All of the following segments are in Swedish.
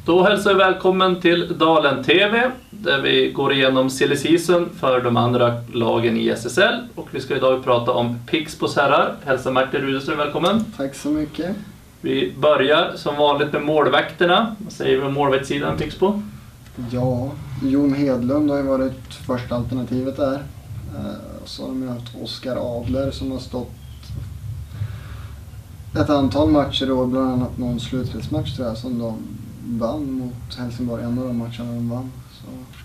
Då hälsar vi välkommen till Dalen TV där vi går igenom silly season för de andra lagen i SSL. Och vi ska idag prata om Pixbos herrar. Hälsa Martin Rudeström välkommen. Tack så mycket. Vi börjar som vanligt med målvakterna. Vad säger vi om målvaktssidan Pixbo? Ja, Jon Hedlund har ju varit första alternativet där. Så har de haft Oskar Adler som har stått ett antal matcher då, bland annat någon slutspelsmatch tror jag, som de vann mot Helsingborg, en av de matcherna de vann. Så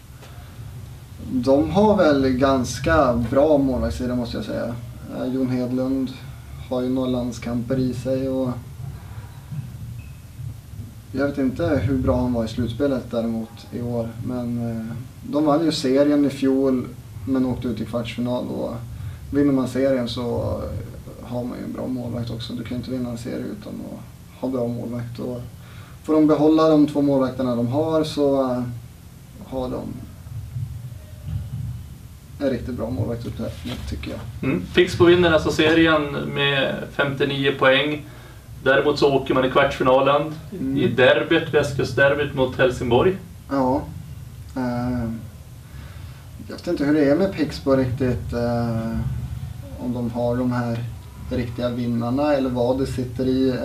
de har väl ganska bra målvaktssida måste jag säga. Jon Hedlund har ju några landskamper i sig och jag vet inte hur bra han var i slutspelet däremot i år, men de vann ju serien i fjol men åkte ut i kvartsfinal och vinner man serien så har man ju en bra målvakt också. Du kan inte vinna en serie utan att ha bra målvakt. Och får de behålla de två målvakterna de har så har de en riktigt bra målvaktsuppsättning tycker jag. Pixbo vinner alltså serien med 59 poäng. Däremot så åker man i kvartsfinalen i derbyt, västkustderbyt mot Helsingborg. Ja. Jag vet inte hur det är med Pixbo riktigt. Om de har de här riktiga vinnarna eller vad det sitter i.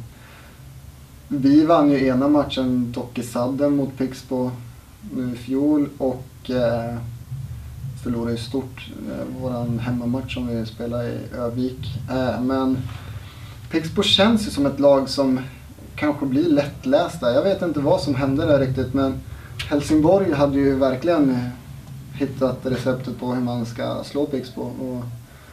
Vi vann ju ena matchen dock i sadden mot Pixbo nu i fjol och förlorade ju stort våran hemmamatch som vi spelade i Övik. Men Pixbo känns ju som ett lag som kanske blir lättlästa. Jag vet inte vad som hände där riktigt, men Helsingborg hade ju verkligen hittat receptet på hur man ska slå Pixbo. Och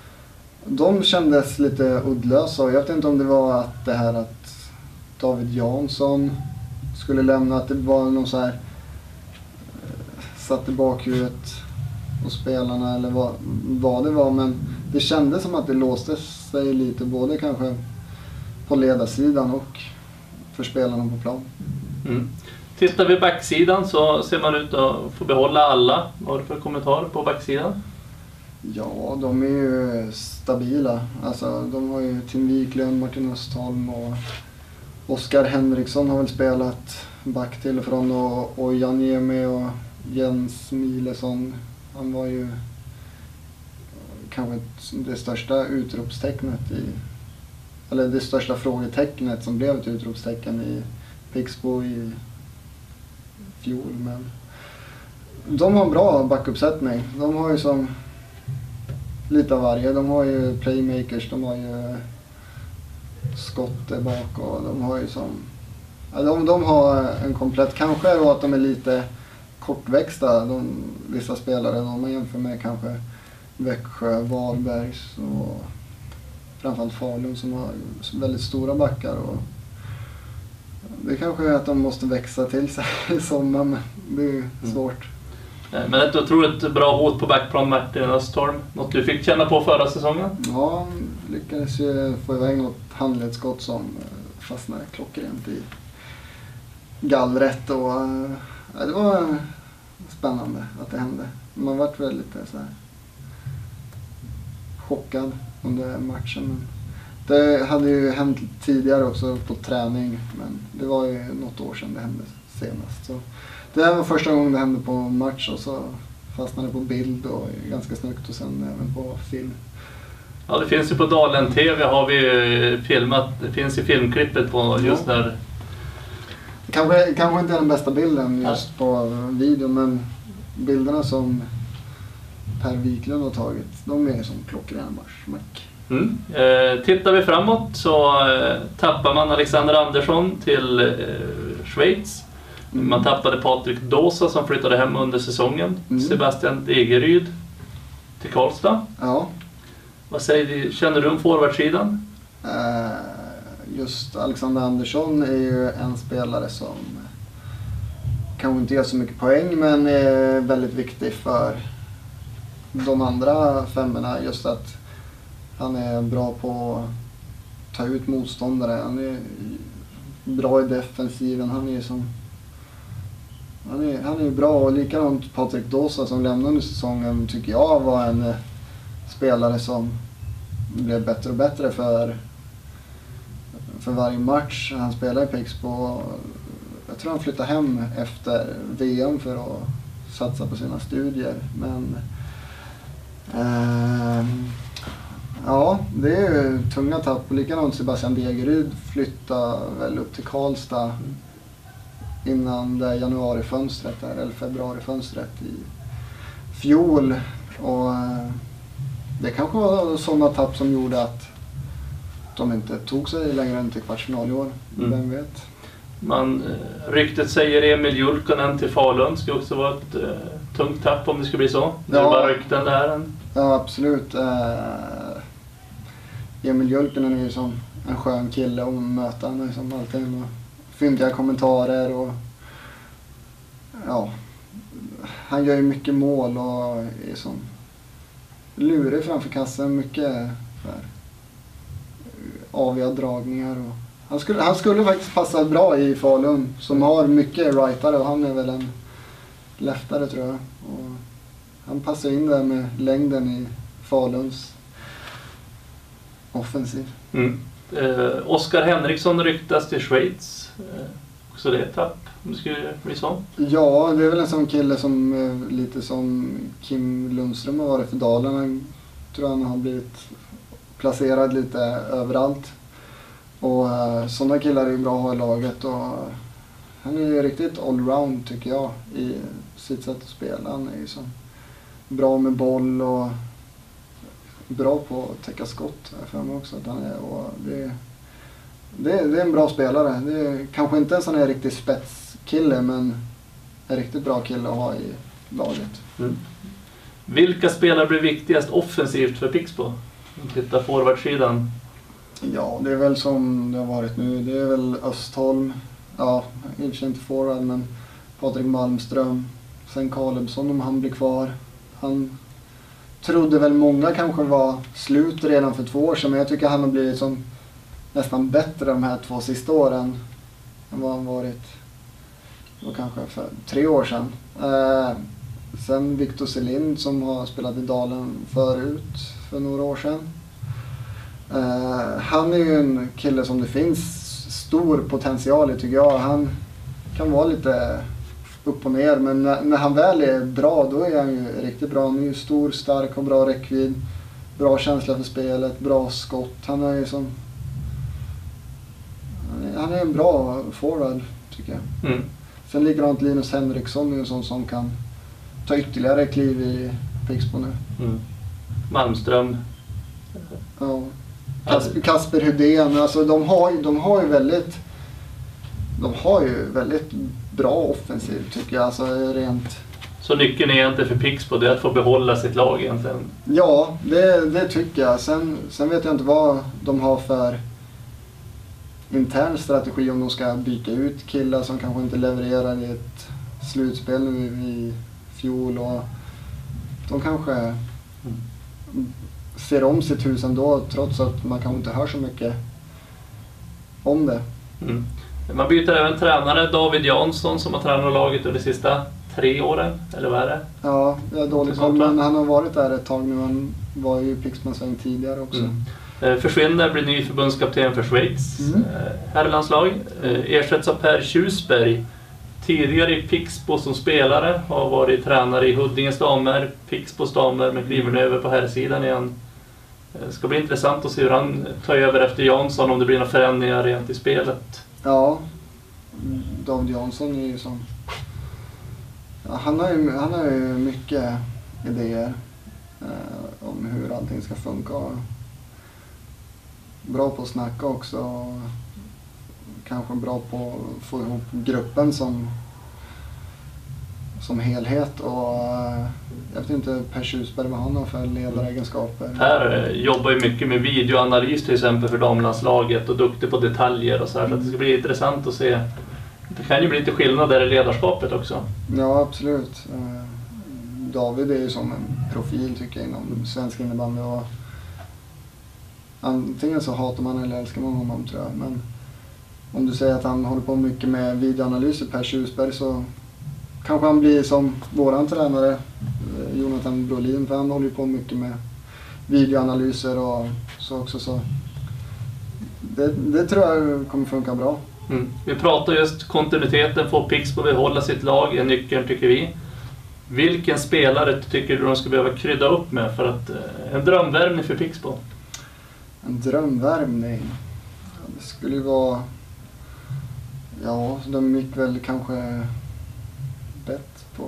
de kändes lite uddlösa och jag vet inte om det var att det här att David Jansson skulle lämna, att det var någon så här satt i bakhuvudet och spelarna eller vad det var, men det kändes som att det låste sig lite både kanske på ledarsidan och för spelarna på plan. Tittar vi backsidan så ser man ut att få behålla alla. Vad har du för kommentar på backsidan? Ja, de är ju stabila. Alltså, de har ju Tim Wiklund, Martin Östholm och Oskar Henriksson har väl spelat back till och från och Jan Jeme och Jens Milesson. Han var ju kanske det största utropstecknet eller det största frågetecknet som blev ett utropstecken i Pixbo i fjol. Men de har en bra backuppsättning. De har ju som lite av varje. De har ju playmakers, de har ju skott där bak och de har ju som... Ja, de har en komplett, kanske då att de är lite kortväxta, vissa spelare då, man jämför med kanske Växjö, Varbergs och framförallt Falun som har väldigt stora backar. Och det kanske är att de måste växa till sig i sommar, men det är svårt. Men ett otroligt bra hot på backplan Martin Östholm. Något du fick känna på förra säsongen? Ja, lyckades ju få iväg något handledsskott som fastnade klockrent i gallret. Och det var spännande att det hände. Man vart väl lite så här chockad under matchen. Men det hade ju hänt tidigare också på träning, men det var ju något år sedan det hände senast. Så det här var första gången det hände på match och så fastnade på bild och ganska snyggt och sen även på film. Ja, det finns ju på Dalen TV har vi filmat, det finns ju filmklippet på just där. Kanske inte den bästa bilden just på video, men bilderna som Per Wiklund har tagit, de är som klockrena marschmack. Tittar vi framåt så tappar man Alexander Andersson till Schweiz. Man tappade Patrik Dåsa som flyttade hem under säsongen. Sebastian Degeryd till Karlstad. Ja. Vad säger du? Känner du om forwardsidan? Just Alexander Andersson är ju en spelare som kanske inte gör så mycket poäng, men är väldigt viktig för de andra femmorna. Just att han är bra på att ta ut motståndare. Han är bra i defensiven. Han är bra, och likadant Patrik Dåsa som lämnade under säsongen tycker jag var en spelare som blev bättre och bättre för varje match han spelade i Pixbo. Jag jag tror han flyttar hem efter VM för att satsa på sina studier. Men ja, det är ju tunga tapp. Likadant Sebastian Degeryd flyttar väl upp till Karlstad innan det januarifönstret där, eller februarifönstret i fjol. Och det kanske var sådana tapp som gjorde att de inte tog sig längre än till kvartsfinal i år. Vem vet? Ryktet säger Emil Julkonen till Falun. Ska också vara ett tungt tapp om det skulle bli så. Det är bara rykten där. Ja, absolut. Emil Julkonen är ju som en skön kille att möta. Han är som alltid med fyndiga kommentarer och ja, han gör ju mycket mål och är som lurig framför kassen, mycket aviga dragningar. Och han skulle faktiskt passa bra i Falun som har mycket rightare och han är väl en leftare tror jag. Och han passar in där med längden i Faluns offensiv. Oskar Henriksson ryktas till Schweiz. Också det är ett tapp om det skulle bli så. Ja, det är väl en sån kille som lite som Kim Lundström har varit för Dalen. Han tror han har blivit placerad lite överallt. Och sådana killar är bra att ha i laget. Och han är ju riktigt allround tycker jag i sitt sätt att spela. Han är ju så bra med boll och bra på att täcka skott för mig också. Att han är, och det är en bra spelare. Det är kanske inte en sån här riktig spetskille men en riktigt bra kille att ha i laget. Vilka spelare blir viktigast offensivt för Pixbo? Titta forwardsidan. Ja, det är väl som det har varit nu. Det är väl Östholm. Ja, i och för sig inte forward men Patrik Malmström. Sen Kalebsson om han blir kvar. Han trodde väl många kanske var slut redan för 2 år sedan. Men jag tycker han har blivit som nästan bättre de här 2 sista åren än vad han varit då kanske för 3 år sedan. Sen Victor Selin som har spelat i Dalen förut för några år sedan. Han är ju en kille som det finns stor potential i tycker jag. Han kan vara lite upp och ner men när han väl är bra då är han ju riktigt bra. Han är ju stor, stark och bra räckvidd. Bra känsla för spelet, bra skott. Han är en bra forward tycker jag. Sen likadant Linus Henriksson är en sån som kan ta ytterligare kliv i Pixbo nu. Malmström. Ja. Kasper Hydén, alltså de har ju väldigt bra offensiv tycker jag, alltså rent. Så nyckeln är egentligen för Pixbo det är att få behålla sitt lag egentligen? Ja, det tycker jag. Sen vet jag inte vad de har för intern strategi om de ska byta ut killar som kanske inte levererar i ett slutspel nu i fjol och de kanske ser om sitt hus ändå trots att man kanske inte hör så mycket om det. Man byter även tränare, David Jansson som har tränat laget under de sista 3 åren, eller vad är det? Ja, jag har dålig koll men han har varit där ett tag nu, han var ju i Pixmansväng tidigare också. Försvinner, blir ny förbundskapten för Schweiz herrlandslag, ersätts av Per Tjusberg. Tidigare i Pixbo som spelare, har varit tränare i Huddinges damer, Pixbos damer, men kliver nu över på herrsidan igen. Det ska bli intressant att se hur han tar över efter Jansson, om det blir några förändringar rent i spelet. Ja, David Jansson är ju som... Ja, han har ju mycket idéer om hur allting ska funka. Bra på att snacka också. Kanske bra på att få ihop gruppen som helhet och jag vet inte Per Tjusberg vad han har för ledaregenskaper. Per jobbar ju mycket med videoanalys till exempel för damlandslaget och duktig på detaljer och så här, så att det ska bli intressant att se. Det kan ju bli lite skillnad där i ledarskapet också. Ja, absolut. David är ju som en profil tycker jag inom svensk innebandy och antingen så hatar man eller älskar man honom tror jag, men om du säger att han håller på mycket med videoanalyser Per Tjusberg så kanske han blir som våran tränare Jonathan Brolin, för han håller på mycket med videoanalyser och så också så det tror jag kommer funka bra. Vi pratar just kontinuiteten, får Pixbo behålla sitt lag är nyckeln tycker vi. Vilken spelare tycker du de ska behöva krydda upp med för att en drömvärmning för Pixbo? En drömvärmning? Ja, det skulle ju vara... Ja, de gick väl kanske bett på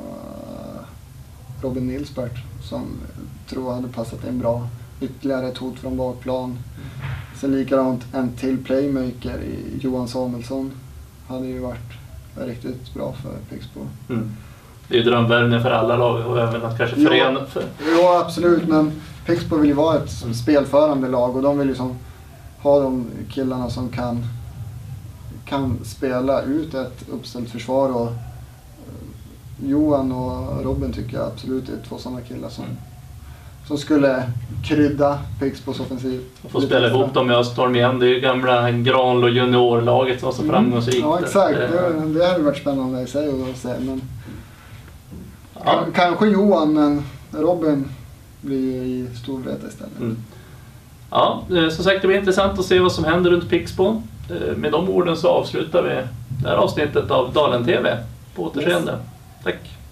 Robin Nilsbert som tror jag hade passat in bra. Ytterligare ett hot från bakplan. Sen likadant en till playmaker i Johan Samuelsson hade ju varit riktigt bra för Pixbo. Det är ju drömvärmning för alla lag och även att kanske förena. Ja, absolut, men Pixbo vill ju vara ett spelförande lag och de vill ju ha de killarna som kan spela ut ett uppställt försvar och Johan och Robin tycker jag absolut är två sådana killar som skulle krydda Pixbos offensiv. Och få spela ihop dem med Östorm igen. Det är ju gamla Granlo juniorlaget som var så framgångsrikt. Ja, exakt. Det hade varit spännande i sig att se. Men kanske Johan, men Robin blir ju i Storvreta istället. Ja, som sagt det blir intressant att se vad som händer runt Pixbo. Med de orden så avslutar vi det här avsnittet av Dalen TV. På återseende. Tack!